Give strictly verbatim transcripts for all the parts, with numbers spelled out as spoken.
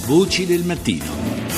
Voci del mattino.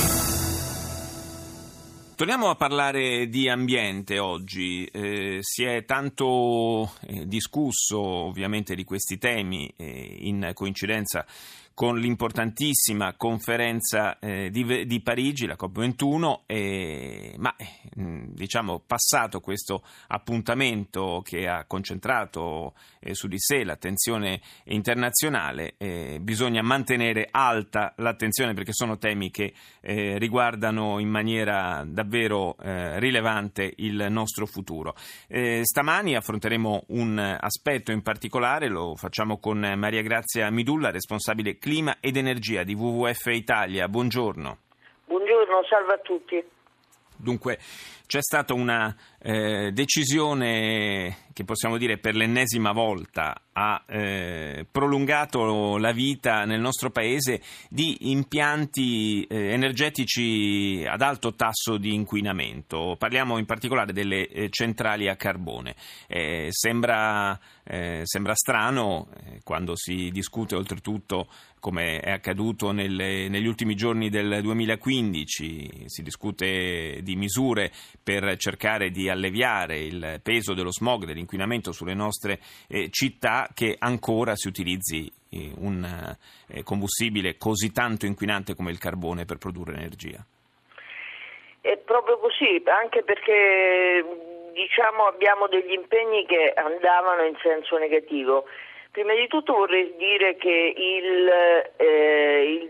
Torniamo a parlare di ambiente oggi. Eh, si è tanto eh, discusso ovviamente di questi temi eh, in coincidenza con l'importantissima conferenza eh, di, di Parigi, la COP ventuno, eh, ma eh, diciamo passato questo appuntamento che ha concentrato eh, su di sé l'attenzione internazionale, eh, bisogna mantenere alta l'attenzione perché sono temi che eh, riguardano in maniera davvero eh, rilevante il nostro futuro. Eh, stamani affronteremo un aspetto in particolare, lo facciamo con Maria Grazia Midulla, responsabile Clima ed Energia di W W F Italia. Buongiorno. Buongiorno, salve a tutti. Dunque, c'è stata una eh, decisione che possiamo dire per l'ennesima volta ha eh, prolungato la vita nel nostro paese di impianti eh, energetici ad alto tasso di inquinamento. Parliamo in particolare delle eh, centrali a carbone. Eh, sembra, eh, sembra strano eh, quando si discute oltretutto, come è accaduto nelle, negli ultimi giorni del duemilaquindici, si discute di misure per cercare di alleviare il peso dello smog, dell'inquinamento sulle nostre eh, città, che ancora si utilizzi eh, un eh, combustibile così tanto inquinante come il carbone per produrre energia. È proprio così, anche perché diciamo abbiamo degli impegni che andavano in senso negativo. Prima di tutto vorrei dire che il, eh,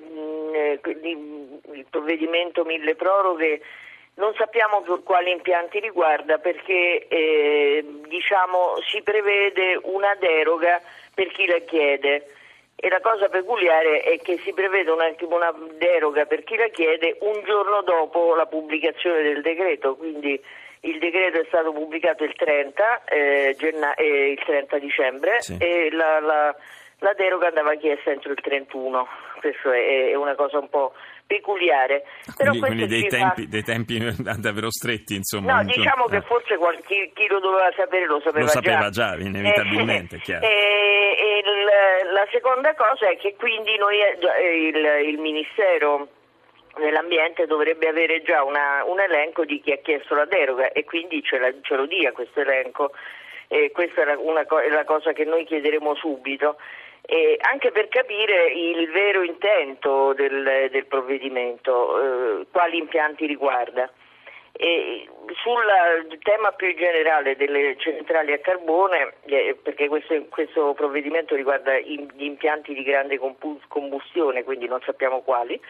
il, il provvedimento mille proroghe non sappiamo per quali impianti riguarda, perché eh, diciamo si prevede una deroga per chi la chiede, e la cosa peculiare è che si prevede una, una deroga per chi la chiede un giorno dopo la pubblicazione del decreto, quindi il decreto è stato pubblicato il trenta, eh, genna- eh, il trenta dicembre, sì. E la, la, la deroga andava chiesta entro il trentuno. Questo è, è una cosa un po' peculiare. Quindi, Però quindi dei, tempi, fa... dei tempi davvero stretti, insomma. No, diciamo che eh. forse chi, chi lo doveva sapere lo sapeva, lo sapeva già. già, inevitabilmente, eh, chiaro. E, e il, la seconda cosa è che quindi noi il, il Ministero dell'Ambiente dovrebbe avere già una, un elenco di chi ha chiesto la deroga, e quindi ce, la, ce lo dia questo elenco. E questa è, una, è la cosa che noi chiederemo subito, e anche per capire il vero intento del, del provvedimento, eh, quali impianti riguarda. E sul tema più generale delle centrali a carbone, eh, perché questo, questo provvedimento riguarda gli impianti di grande combustione, quindi non sappiamo quali.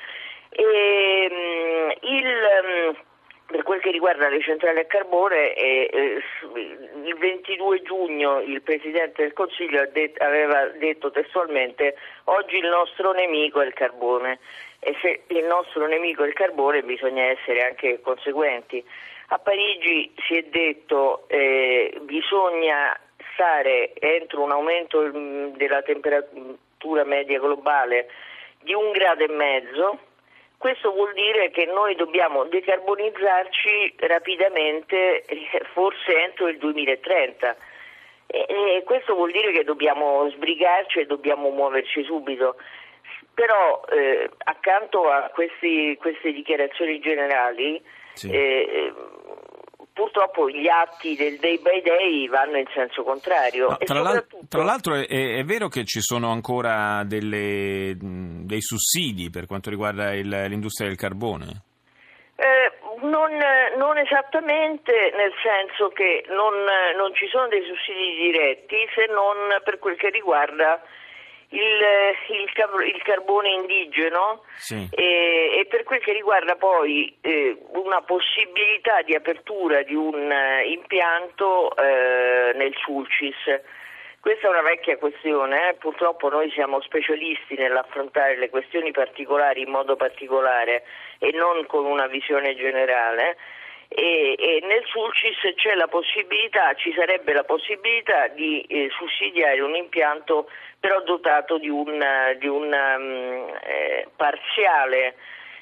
E, il, per quel che riguarda le centrali a carbone, eh, eh, il ventidue giugno il Presidente del Consiglio ha det- aveva detto testualmente: oggi il nostro nemico è il carbone, e se il nostro nemico è il carbone bisogna essere anche conseguenti. A Parigi si è detto eh, bisogna stare entro un aumento mh, della temperatura media globale di un grado e mezzo. Questo vuol dire che noi dobbiamo decarbonizzarci rapidamente, forse entro il duemilatrenta, e, e questo vuol dire che dobbiamo sbrigarci e dobbiamo muoverci subito. Però eh, accanto a questi, queste dichiarazioni generali, sì. eh, purtroppo gli atti del day by day vanno in senso contrario. No, e tra, soprattutto... l'al- tra l'altro è, è vero che ci sono ancora delle, dei sussidi per quanto riguarda il, l'industria del carbone? Eh, non, non esattamente, nel senso che non, non ci sono dei sussidi diretti, se non per quel che riguarda Il, il, il carbone indigeno, sì. e, e per quel che riguarda poi eh, una possibilità di apertura di un uh, impianto eh, nel Sulcis. Questa è una vecchia questione, eh. Purtroppo noi siamo specialisti nell'affrontare le questioni particolari in modo particolare e non con una visione generale. E, e nel Sulcis c'è la possibilità, ci sarebbe la possibilità di eh, sussidiare un impianto però dotato di un di un um, eh, parziale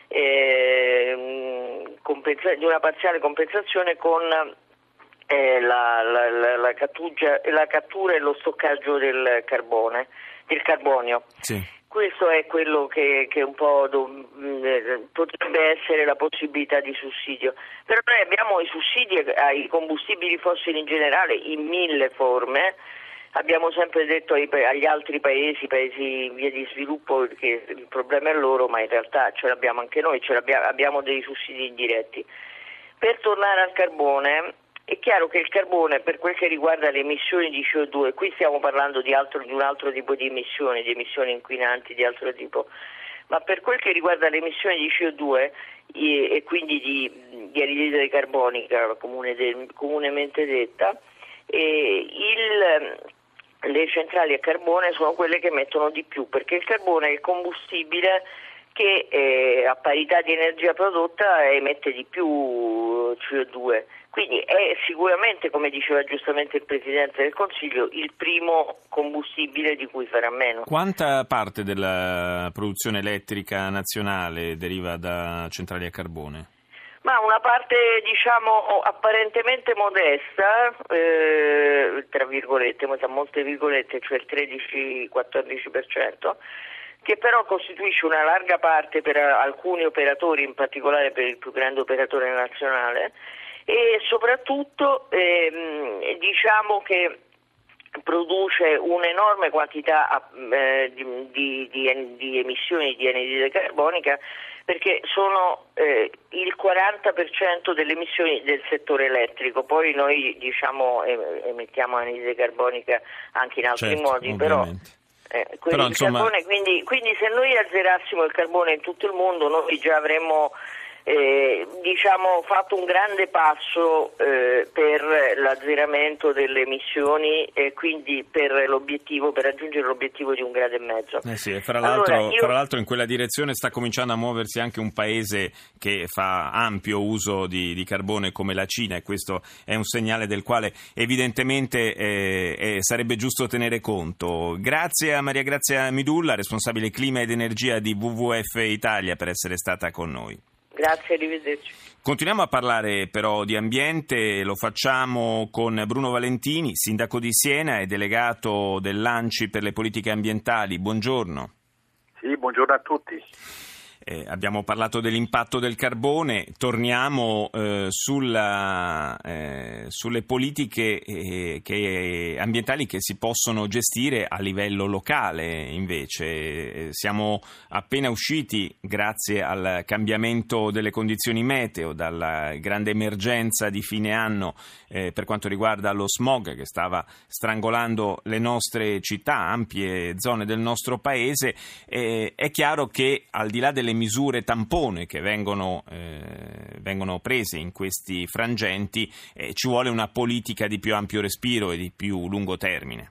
eh, compensa- di una parziale compensazione con eh, la, la, la, la, cattugia, la cattura e lo stoccaggio del carbone, del carbonio. Sì. Questo è quello che, che un po' do, mh, potrebbe essere la possibilità di sussidio. Però noi abbiamo i sussidi ai combustibili fossili in generale in mille forme. Abbiamo sempre detto ai, agli altri paesi, paesi in via di sviluppo, che il problema è loro, ma in realtà ce l'abbiamo anche noi, ce l'abbiamo, abbiamo dei sussidi indiretti. Per tornare al carbone, è chiaro che il carbone, per quel che riguarda le emissioni di C O due, qui stiamo parlando di, altro, di un altro tipo di emissioni, di emissioni inquinanti di altro tipo, ma per quel che riguarda le emissioni di C O due e, e quindi di, di anidride carbonica, comune de, comunemente detta, eh, il... le centrali a carbone sono quelle che emettono di più, perché il carbone è il combustibile che eh, a parità di energia prodotta emette di più C O due. Quindi è sicuramente, come diceva giustamente il Presidente del Consiglio, il primo combustibile di cui fare a meno. Quanta parte della produzione elettrica nazionale deriva da centrali a carbone? Ma una parte, diciamo, apparentemente modesta, eh, tra virgolette, tra molte virgolette, cioè il tredici quattordici per cento, che però costituisce una larga parte per alcuni operatori, in particolare per il più grande operatore nazionale, e soprattutto ehm, diciamo che produce un'enorme quantità eh, di, di, di, di emissioni di anidride carbonica, perché sono eh, il quaranta per cento delle emissioni del settore elettrico. Poi noi diciamo emettiamo anidride carbonica anche in altri certo, modi, ovviamente. però, eh, però il insomma... carbone, quindi, quindi se noi azzerassimo il carbone in tutto il mondo, noi già avremmo Eh, diciamo fatto un grande passo eh, per l'azzeramento delle emissioni e quindi per l'obiettivo, per raggiungere l'obiettivo di un grado e mezzo. Eh sì, e fra l'altro, allora, io... fra l'altro in quella direzione sta cominciando a muoversi anche un paese che fa ampio uso di, di carbone come la Cina, e questo è un segnale del quale evidentemente eh, eh, sarebbe giusto tenere conto. Grazie a Maria Grazia Midulla, responsabile clima ed energia di W W F Italia, per essere stata con noi. Grazie, arrivederci. Continuiamo a parlare però di ambiente, lo facciamo con Bruno Valentini, sindaco di Siena e delegato dell'ANCI per le politiche ambientali. Buongiorno. Sì, buongiorno a tutti. Eh, abbiamo parlato dell'impatto del carbone, torniamo eh, sulla, eh, sulle politiche eh, che, ambientali che si possono gestire a livello locale invece. Eh, siamo appena usciti, grazie al cambiamento delle condizioni meteo, dalla grande emergenza di fine anno eh, per quanto riguarda lo smog che stava strangolando le nostre città, ampie zone del nostro paese. Eh, è chiaro che al di là delle misure tampone che vengono, eh, vengono prese in questi frangenti, eh, ci vuole una politica di più ampio respiro e di più lungo termine.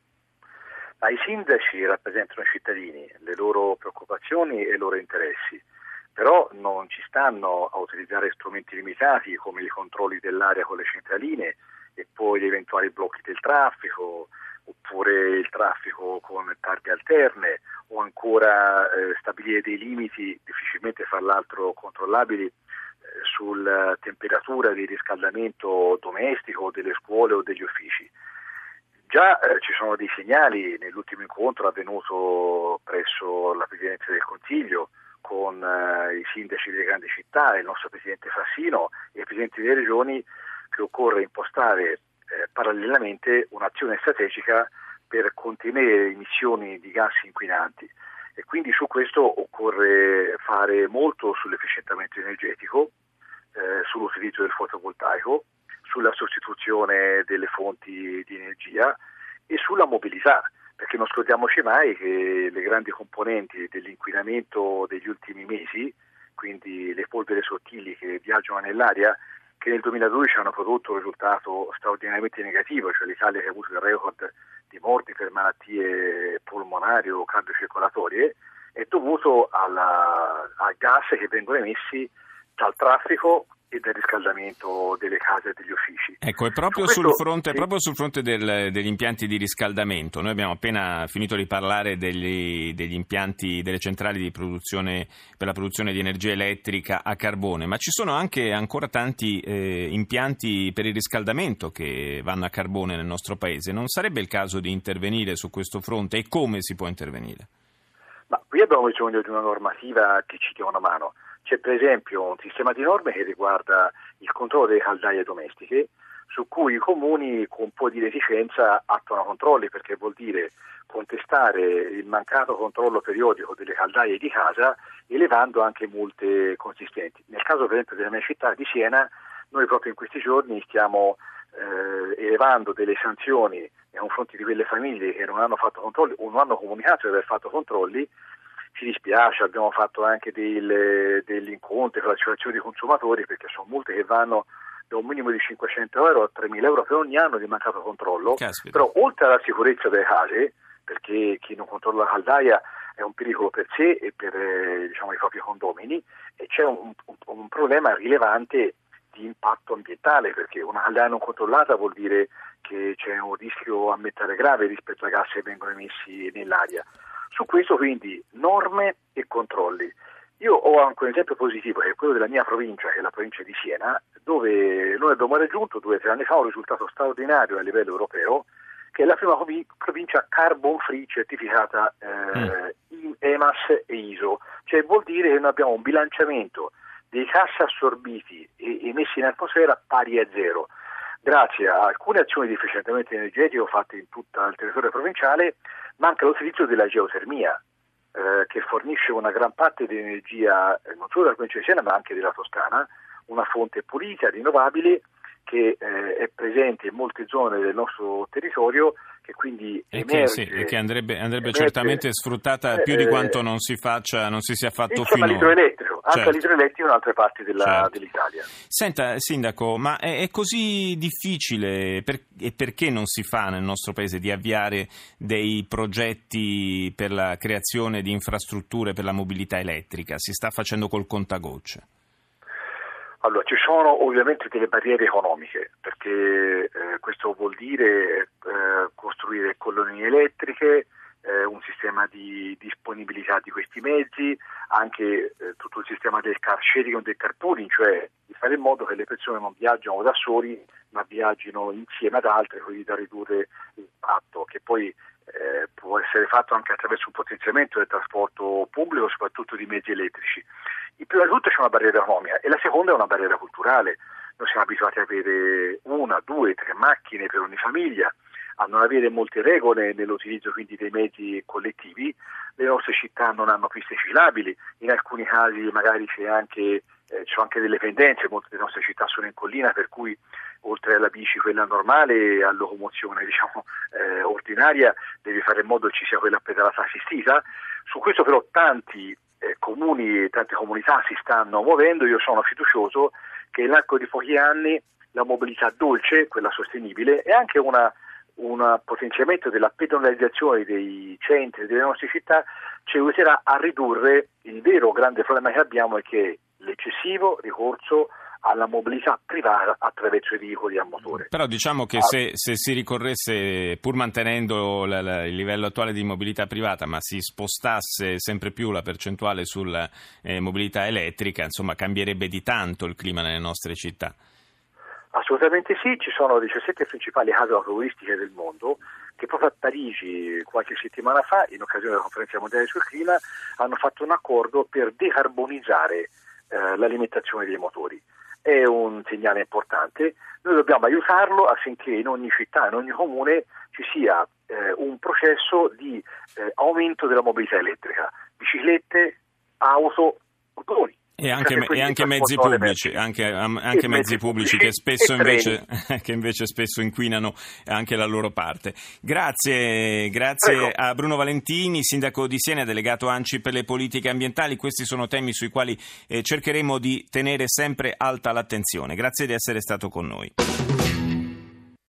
Ma i sindaci rappresentano i cittadini, le loro preoccupazioni e i loro interessi, però non ci stanno a utilizzare strumenti limitati come i controlli dell'aria con le centraline e poi gli eventuali blocchi del traffico, oppure il traffico con targhe alterne, o ancora eh, stabilire dei limiti, difficilmente fra l'altro controllabili, eh, sulla temperatura di riscaldamento domestico delle scuole o degli uffici. Già eh, ci sono dei segnali nell'ultimo incontro avvenuto presso la Presidenza del Consiglio con eh, i sindaci delle grandi città, il nostro Presidente Fassino e i Presidenti delle Regioni, che occorre impostare Eh, parallelamente un'azione strategica per contenere le emissioni di gas inquinanti, e quindi su questo occorre fare molto sull'efficientamento energetico, eh, sull'utilizzo del fotovoltaico, sulla sostituzione delle fonti di energia e sulla mobilità, perché non scordiamoci mai che le grandi componenti dell'inquinamento degli ultimi mesi, quindi le polveri sottili che viaggiano nell'aria, che nel duemiladodici hanno prodotto un risultato straordinariamente negativo, cioè l'Italia che ha avuto il record di morti per malattie polmonari o cardiocircolatorie, è dovuto alla, a gas che vengono emessi dal traffico e dal riscaldamento delle case e degli uffici. Ecco, è proprio Su sul questo, fronte, sì. proprio sul fronte del, degli impianti di riscaldamento. Noi abbiamo appena finito di parlare degli, degli impianti, delle centrali di produzione per la produzione di energia elettrica a carbone, ma ci sono anche ancora tanti eh, impianti per il riscaldamento che vanno a carbone nel nostro paese. Non sarebbe il caso di intervenire su questo fronte, e come si può intervenire? Ma qui abbiamo bisogno di una normativa che ci dia una mano. C'è per esempio un sistema di norme che riguarda il controllo delle caldaie domestiche, su cui i comuni con un po' di reticenza attuano controlli, perché vuol dire contestare il mancato controllo periodico delle caldaie di casa, elevando anche multe consistenti. Nel caso per esempio della mia città di Siena, noi proprio in questi giorni stiamo eh, elevando delle sanzioni nei confronti di quelle famiglie che non hanno fatto controlli o non hanno comunicato di aver fatto controlli. Ci dispiace, abbiamo fatto anche del, degli incontri con l'associazione dei consumatori, perché sono multe che vanno da un minimo di cinquecento euro a tremila euro per ogni anno di mancato controllo. Caspita. Però oltre alla sicurezza delle case, perché chi non controlla la caldaia è un pericolo per sé e per eh, diciamo, i propri condomini, e c'è un, un, un problema rilevante di impatto ambientale, perché una caldaia non controllata vuol dire che c'è un rischio ambientale grave rispetto ai gas che vengono emessi nell'aria. Su questo quindi norme e controlli. Io ho anche un esempio positivo, che è quello della mia provincia, che è la provincia di Siena, dove noi abbiamo raggiunto due o tre anni fa un risultato straordinario a livello europeo, che è la prima provincia carbon free certificata eh, mm. E M A S e I S O, cioè vuol dire che noi abbiamo un bilanciamento dei gas assorbiti e emessi in atmosfera pari a zero, grazie a alcune azioni di efficientamento energetico fatte in tutto il territorio provinciale, ma anche l'utilizzo della geotermia, eh, che fornisce una gran parte di energia eh, non solo della provincia di Siena ma anche della Toscana, una fonte pulita, rinnovabile, che eh, è presente in molte zone del nostro territorio, che quindi e emerge, che, sì, e che andrebbe, andrebbe emerge, certamente sfruttata più eh, di quanto non si faccia, non si sia fatto finora. L'idroelettrico, anche certo. l'idroelettrico in altre parti della, certo. dell'Italia. Senta, Sindaco, ma è, è così difficile per, e perché non si fa nel nostro Paese di avviare dei progetti per la creazione di infrastrutture per la mobilità elettrica? Si sta facendo col contagocce. Allora, ci sono ovviamente delle barriere economiche, perché eh, questo vuol dire eh, costruire colonnine elettriche, eh, un sistema di disponibilità di questi mezzi, anche eh, tutto il sistema del car sharing o del carpooling, cioè di fare in modo che le persone non viaggiano da soli, ma viaggino insieme ad altre, così da ridurre l'impatto, che poi eh, può essere fatto anche attraverso un potenziamento del trasporto pubblico, soprattutto di mezzi elettrici. Il prima di tutto c'è una barriera economica e la seconda è una barriera culturale. Noi siamo abituati a avere una, due, tre macchine per ogni famiglia, a non avere molte regole nell'utilizzo quindi dei mezzi collettivi. Le nostre città non hanno piste ciclabili, in alcuni casi magari c'è anche, eh, ci sono anche delle pendenze, molte delle nostre città sono in collina, per cui oltre alla bici quella normale, a locomozione diciamo eh, ordinaria, devi fare in modo che ci sia quella pedalata assistita. Su questo però tanti eh, comuni e tante comunità si stanno muovendo. Io sono fiducioso che nell'arco di pochi anni la mobilità dolce, quella sostenibile, e anche una un potenziamento della pedonalizzazione dei centri delle nostre città ci aiuterà a ridurre il vero grande problema che abbiamo, e che è l'eccessivo ricorso alla mobilità privata attraverso i veicoli a motore. Però diciamo che se, se si ricorresse, pur mantenendo la, la, il livello attuale di mobilità privata, ma si spostasse sempre più la percentuale sulla eh, mobilità elettrica, insomma cambierebbe di tanto il clima nelle nostre città. Assolutamente sì, ci sono diciassette principali case autoturistiche del mondo che proprio a Parigi qualche settimana fa, in occasione della conferenza mondiale sul clima, hanno fatto un accordo per decarbonizzare eh, l'alimentazione dei motori. È un segnale importante, noi dobbiamo aiutarlo affinché in ogni città, in ogni comune ci sia eh, un processo di eh, aumento della mobilità elettrica, biciclette, auto, droni. E anche, e anche mezzi pubblici, anche, anche mezzi pubblici che spesso invece, che invece spesso inquinano anche la loro parte. Grazie, grazie Prego. a Bruno Valentini, sindaco di Siena, delegato ANCI per le politiche ambientali. Questi sono temi sui quali eh, cercheremo di tenere sempre alta l'attenzione. Grazie di essere stato con noi.